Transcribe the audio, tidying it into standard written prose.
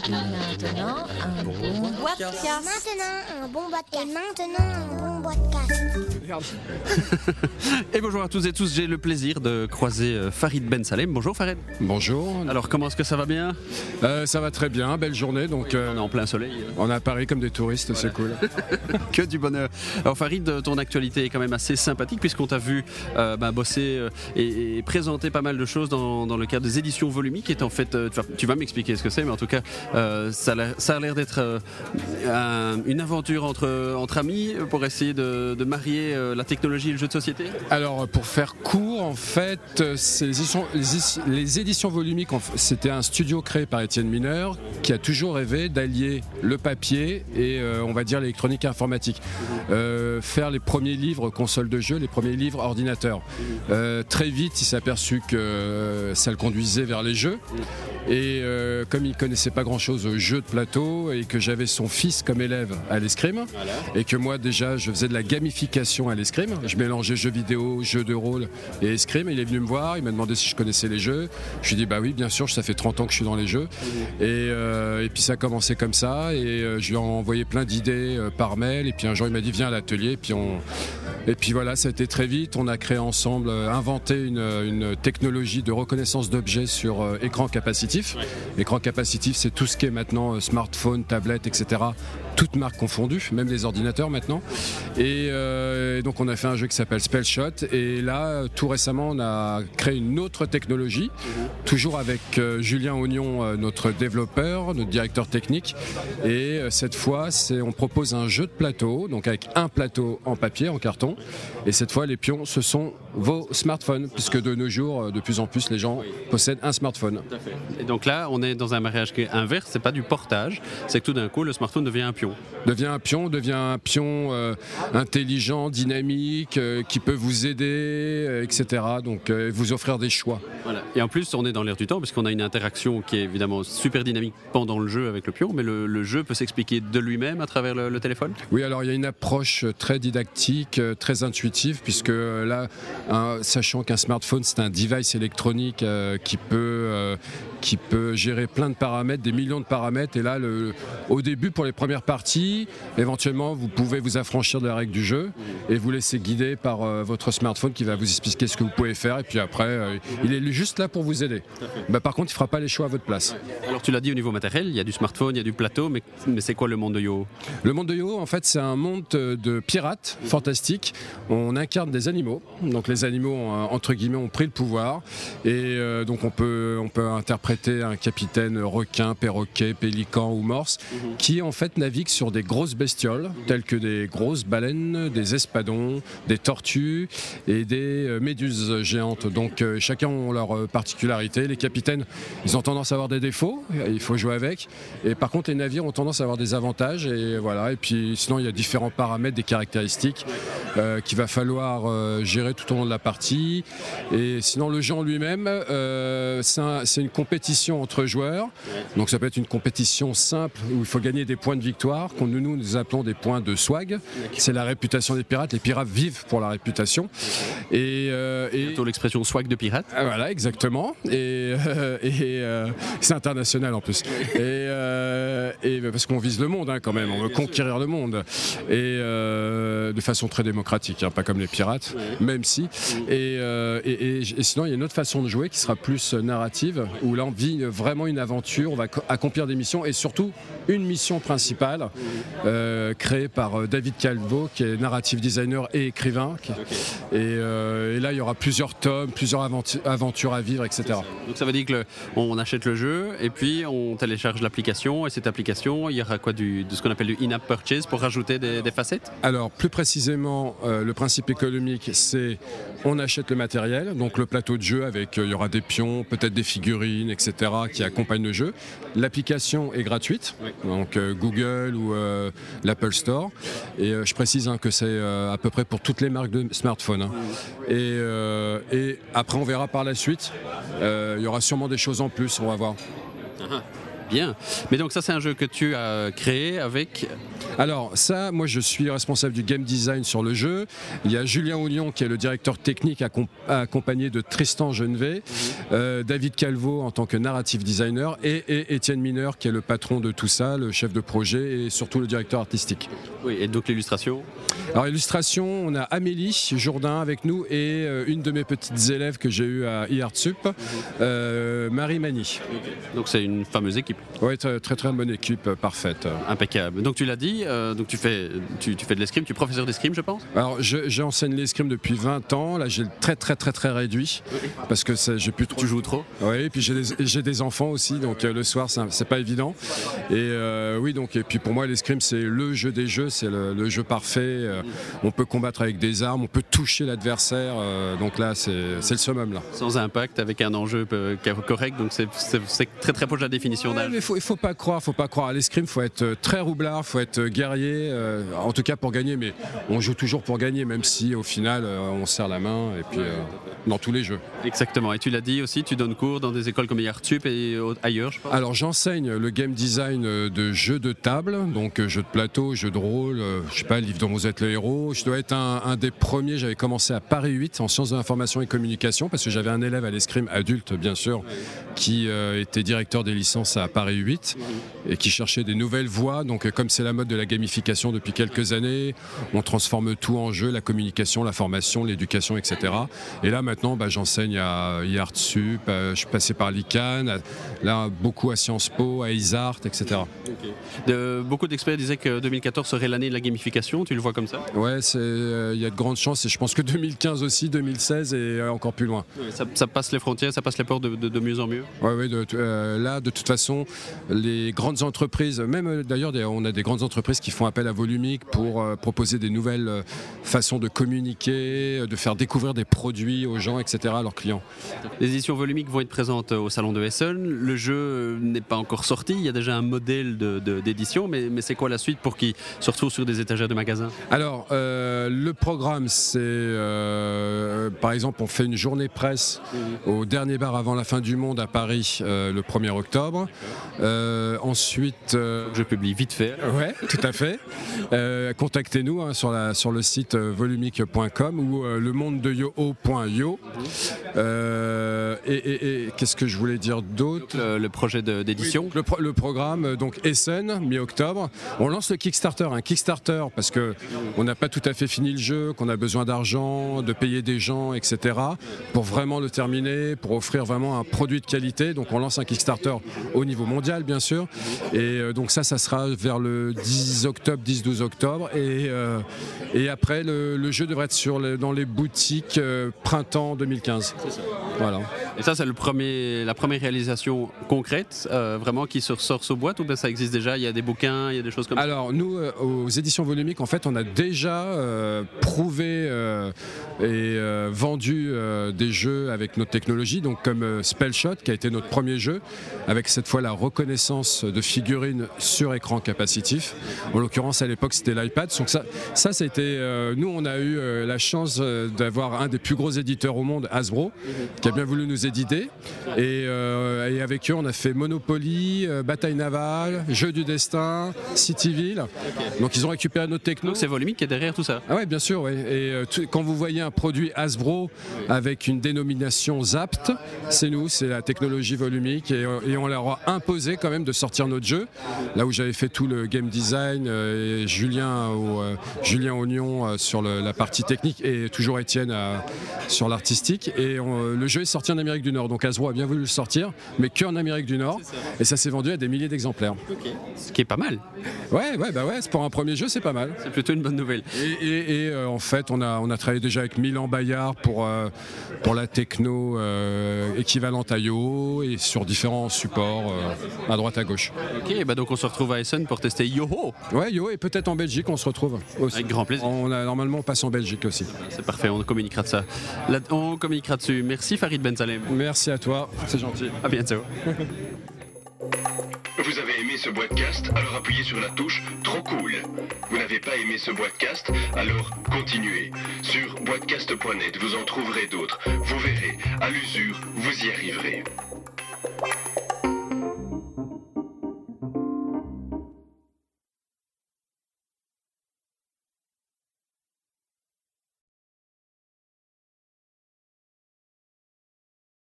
Maintenant, un bon podcast. Maintenant, un bon podcast. Et maintenant, un bon podcast. Et bonjour à tous et tous, j'ai le plaisir de croiser Farid Ben Salem. Bonjour Farid. Bonjour. Alors comment est-ce que ça va bien? Ça va très bien, belle journée. Donc, on est en plein soleil. On est à Paris comme des touristes, voilà. C'est cool. Que du bonheur. Alors Farid, ton actualité est quand même assez sympathique puisqu'on t'a vu bosser et présenter pas mal de choses dans le cadre des éditions volumiques. Qui est en fait, tu vas m'expliquer ce que c'est, mais en tout cas ça a l'air d'être une aventure entre amis pour essayer de marier la technologie et le jeu de société. Alors pour faire court, en fait, les éditions volumiques, c'était un studio créé par Étienne Mineur qui a toujours rêvé d'allier le papier et on va dire l'électronique informatique. Faire les premiers livres consoles de jeu, les premiers livres ordinateurs. Très vite, il s'est aperçu que ça le conduisait vers les jeux. Et comme il ne connaissait pas grand-chose aux jeux de plateau et que j'avais son fils comme élève à l'escrime, voilà. Et que moi déjà je faisais de la gamification à l'escrime, je mélangeais jeux vidéo, jeux de rôle et escrime, il est venu me voir, il m'a demandé si je connaissais les jeux, je lui ai dit bah oui bien sûr, ça fait 30 ans que je suis dans les jeux, et puis ça a commencé comme ça, et je lui ai envoyé plein d'idées par mail, et puis un jour il m'a dit viens à l'atelier, et puis voilà, ça a été très vite, on a créé ensemble, inventé une technologie de reconnaissance d'objets sur écran capacitif. Écran capacitif, c'est tout ce qui est maintenant smartphone, tablette, etc. Toutes marques confondues, même les ordinateurs maintenant. Et donc on a fait un jeu qui s'appelle Spellshot, et là tout récemment on a créé une autre technologie, toujours avec Julien Ognon, notre développeur, notre directeur technique, et cette fois on propose un jeu de plateau, donc avec un plateau en papier, en carton, et cette fois les pions ce sont vos smartphones, puisque de nos jours de plus en plus les gens possèdent un smartphone. Tout à fait. Et donc là on est dans un mariage qui est inverse, c'est pas du portage, c'est que tout d'un coup le smartphone devient un pion. Devient un pion intelligent, dynamique, qui peut vous aider, etc. Donc vous offrir des choix. Voilà. Et en plus on est dans l'air du temps puisqu'on a une interaction qui est évidemment super dynamique pendant le jeu avec le pion, mais le jeu peut s'expliquer de lui-même à travers le téléphone. Oui, alors il y a une approche très didactique, très intuitive, puisque là, sachant qu'un smartphone c'est un device électronique qui peut gérer plein de paramètres, des millions de paramètres, et là au début pour les premières parties, éventuellement vous pouvez vous affranchir de la règle du jeu et vous laisser guider par votre smartphone qui va vous expliquer ce que vous pouvez faire, et puis après il est juste là pour vous aider. Par contre il ne fera pas les choix à votre place. Alors tu l'as dit au niveau matériel, il y a du smartphone, il y a du plateau, mais c'est quoi le monde de Yo-Oh? Le monde de Yo-Oh en fait c'est un monde de pirates fantastique. On incarne des animaux, donc les animaux entre guillemets ont pris le pouvoir, et donc on peut interpréter un capitaine requin, perroquet, pélican ou morse qui en fait navigue sur des grosses bestioles telles que des grosses baleines, des espadons, des tortues et des méduses géantes. Donc chacun ont leur particularité. Les capitaines, ils ont tendance à avoir des défauts, il faut jouer avec, et par contre les navires ont tendance à avoir des avantages, et voilà. Et puis sinon il y a différents paramètres, des caractéristiques qu'il va falloir gérer tout au long de la partie. Et sinon le jeu en lui-même, c'est une compétition entre joueurs, donc ça peut être une compétition simple où il faut gagner des points de victoire, que nous appelons des points de swag. C'est la réputation des pirates, les pirates vivent pour la réputation, et bientôt l'expression swag de pirate. Voilà, exactement, et c'est international en plus, et parce qu'on vise le monde quand même, on veut conquérir le monde, et de façon très démocratique, pas comme les pirates, même si, et sinon il y a une autre façon de jouer qui sera plus narrative, où là on vit vraiment une aventure, on va accomplir des missions, et surtout une mission principale créée par David Calvo, qui est narrative designer et écrivain, et là il y aura plusieurs tomes, plusieurs aventures à vivre, etc. Donc ça veut dire qu'on achète le jeu et puis on télécharge l'application, et cette application il y aura quoi de ce qu'on appelle du in-app purchase pour rajouter des facettes? Alors plus précisément le principe économique, c'est on achète le matériel, donc le plateau de jeu avec il y aura des pions, peut-être des figurines, etc. qui accompagnent le jeu. L'application est gratuite, donc Google ou l'Apple Store, et je précise que c'est à peu près pour toutes les marques de smartphones. Et après on verra par la suite, il y aura sûrement des choses en plus, on va voir. Bien. Mais donc ça, c'est un jeu que tu as créé avec... Alors ça, moi je suis responsable du game design sur le jeu. Il y a Julien Oignon qui est le directeur technique accompagné de Tristan Genevet, David Calvo en tant que narrative designer et Étienne Mineur qui est le patron de tout ça, le chef de projet et surtout le directeur artistique. Oui, et donc l'illustration? Alors illustration, on a Amélie Jourdain avec nous et une de mes petites élèves que j'ai eues à IArtSup, Marie Mani. Okay. Donc c'est une fameuse équipe. Oui, très très bonne équipe, parfaite. Impeccable. Donc tu l'as dit, donc tu fais de l'escrime, tu es professeur d'escrime, je pense? Alors j'enseigne l'escrime depuis 20 ans, là j'ai très réduit, parce que j'ai plus trop... Tu joues trop? Oui, et puis j'ai des enfants aussi, donc le soir c'est pas évident. Et oui, donc, et puis pour moi l'escrime c'est le jeu des jeux, c'est le jeu parfait, on peut combattre avec des armes, on peut toucher l'adversaire, donc là c'est le summum là. Sans impact, avec un enjeu correct, donc c'est très proche de la définition d'âge. Mais il faut pas croire à l'escrime, il faut être très roublard, il faut être guerrier, en tout cas pour gagner, mais on joue toujours pour gagner, même si au final on serre la main, et puis dans tous les jeux. Exactement, et tu l'as dit aussi, tu donnes cours dans des écoles comme IArtSup et ailleurs, je pense. Alors j'enseigne le game design de jeux de table, donc jeux de plateau, jeux de rôle, je sais pas, livre dont vous êtes le héros. Je dois être un des premiers, j'avais commencé à Paris 8 en sciences de l'information et communication, parce que j'avais un élève à l'escrime adulte bien sûr, qui était directeur des licences à Paris 8 et qui cherchait des nouvelles voies. Donc comme c'est la mode de la gamification depuis quelques années, on transforme tout en jeu, la communication, la formation, l'éducation, etc. Et là maintenant j'enseigne à IArtSup, je suis passé par l'ICANN, là beaucoup à Sciences Po, à ISART, etc. Okay. Beaucoup d'experts disaient que 2014 serait l'année de la gamification, tu le vois comme ça? Ouais, il y a de grandes chances, et je pense que 2015 aussi, 2016 et encore plus loin. Ouais, ça passe les frontières, ça passe les portes de mieux en mieux. Oui, là de toute façon, les grandes entreprises, même d'ailleurs on a des grandes entreprises qui font appel à Volumic pour proposer des nouvelles façons de communiquer, de faire découvrir des produits aux gens, etc., à leurs clients. Les éditions Volumic vont être présentes au salon de Essen. Le jeu n'est pas encore sorti, il y a déjà un modèle d'édition, mais c'est quoi la suite pour qu'il se retrouve sur des étagères de magasins? Alors, le programme, c'est par exemple, on fait une journée presse au dernier bar avant la fin du monde à Paris le 1er octobre. Ensuite... Je publie vite fait. Ouais, tout à fait. Contactez-nous sur le site volumic.com ou lemondedeyoho.io. Et qu'est-ce que je voulais dire d'autre? Le projet d'édition. Oui, le programme, donc Essen, mi-octobre. On lance le Kickstarter, un Kickstarter parce qu'on n'a pas tout à fait fini le jeu, qu'on a besoin d'argent, de payer des gens, etc. pour vraiment le terminer, pour offrir vraiment un produit de qualité. Donc on lance un Kickstarter au niveau mondial, bien sûr. Et donc ça sera vers le 10-12 octobre. Et après, le jeu devrait être dans les boutiques printemps 2015. C'est ça. Voilà. Et ça, c'est la première réalisation concrète, vraiment, qui se ressort sous boîte, ou bien ça existe déjà? Il y a des bouquins, il y a des choses comme ça? Alors, nous, aux éditions Volumic, en fait, on a déjà prouvé et vendu des jeux avec notre technologie, donc comme Spellshot, qui a été notre premier jeu, avec cette fois la reconnaissance de figurines sur écran capacitif. En l'occurrence, à l'époque, c'était l'iPad. Donc ça c'était... nous, on a eu la chance d'avoir un des plus gros éditeurs au monde, Hasbro, qui a bien voulu nous éditer. Et avec eux, on a fait Monopoly, Bataille Navale, Jeux du Destin, Cityville. Okay. Donc ils ont récupéré notre techno. Donc c'est Volumic qui est derrière tout ça? Ah ouais, bien sûr. Ouais. Et quand vous voyez un produit Hasbro avec une dénomination ZAPT, c'est nous, c'est la technologie Volumic. Et on leur a imposé quand même de sortir notre jeu. Là où j'avais fait tout le game design, et Julien Oignon sur la partie technique et toujours Étienne sur l'artistique. Et le jeu est sorti en Amérique du Nord. Donc Hasbro a bien voulu le sortir, mais qu'en Amérique du Nord. Et ça s'est vendu à des milliers d'exemplaires. Okay. Ce qui est pas mal. Ouais, pour un premier jeu, c'est pas mal. C'est plutôt une bonne nouvelle. Et en fait, on a travaillé déjà avec Milan Bayard pour la techno équivalente à Yoho et sur différents supports à droite à gauche. Ok, donc on se retrouve à Essen pour tester Yoho. Ouais, Yoho, et peut-être en Belgique, on se retrouve aussi. Avec grand plaisir. Normalement, on passe en Belgique aussi. C'est parfait, on communiquera de ça. On communiquera dessus. Merci Farid Bensalem. Merci à toi, c'est gentil. À bientôt. Vous avez aimé ce podcast? Alors appuyez sur la touche Trop cool. Vous n'avez pas aimé ce podcast? Alors continuez. Sur boitcast.net, vous en trouverez d'autres. Vous verrez, à l'usure, vous y arriverez.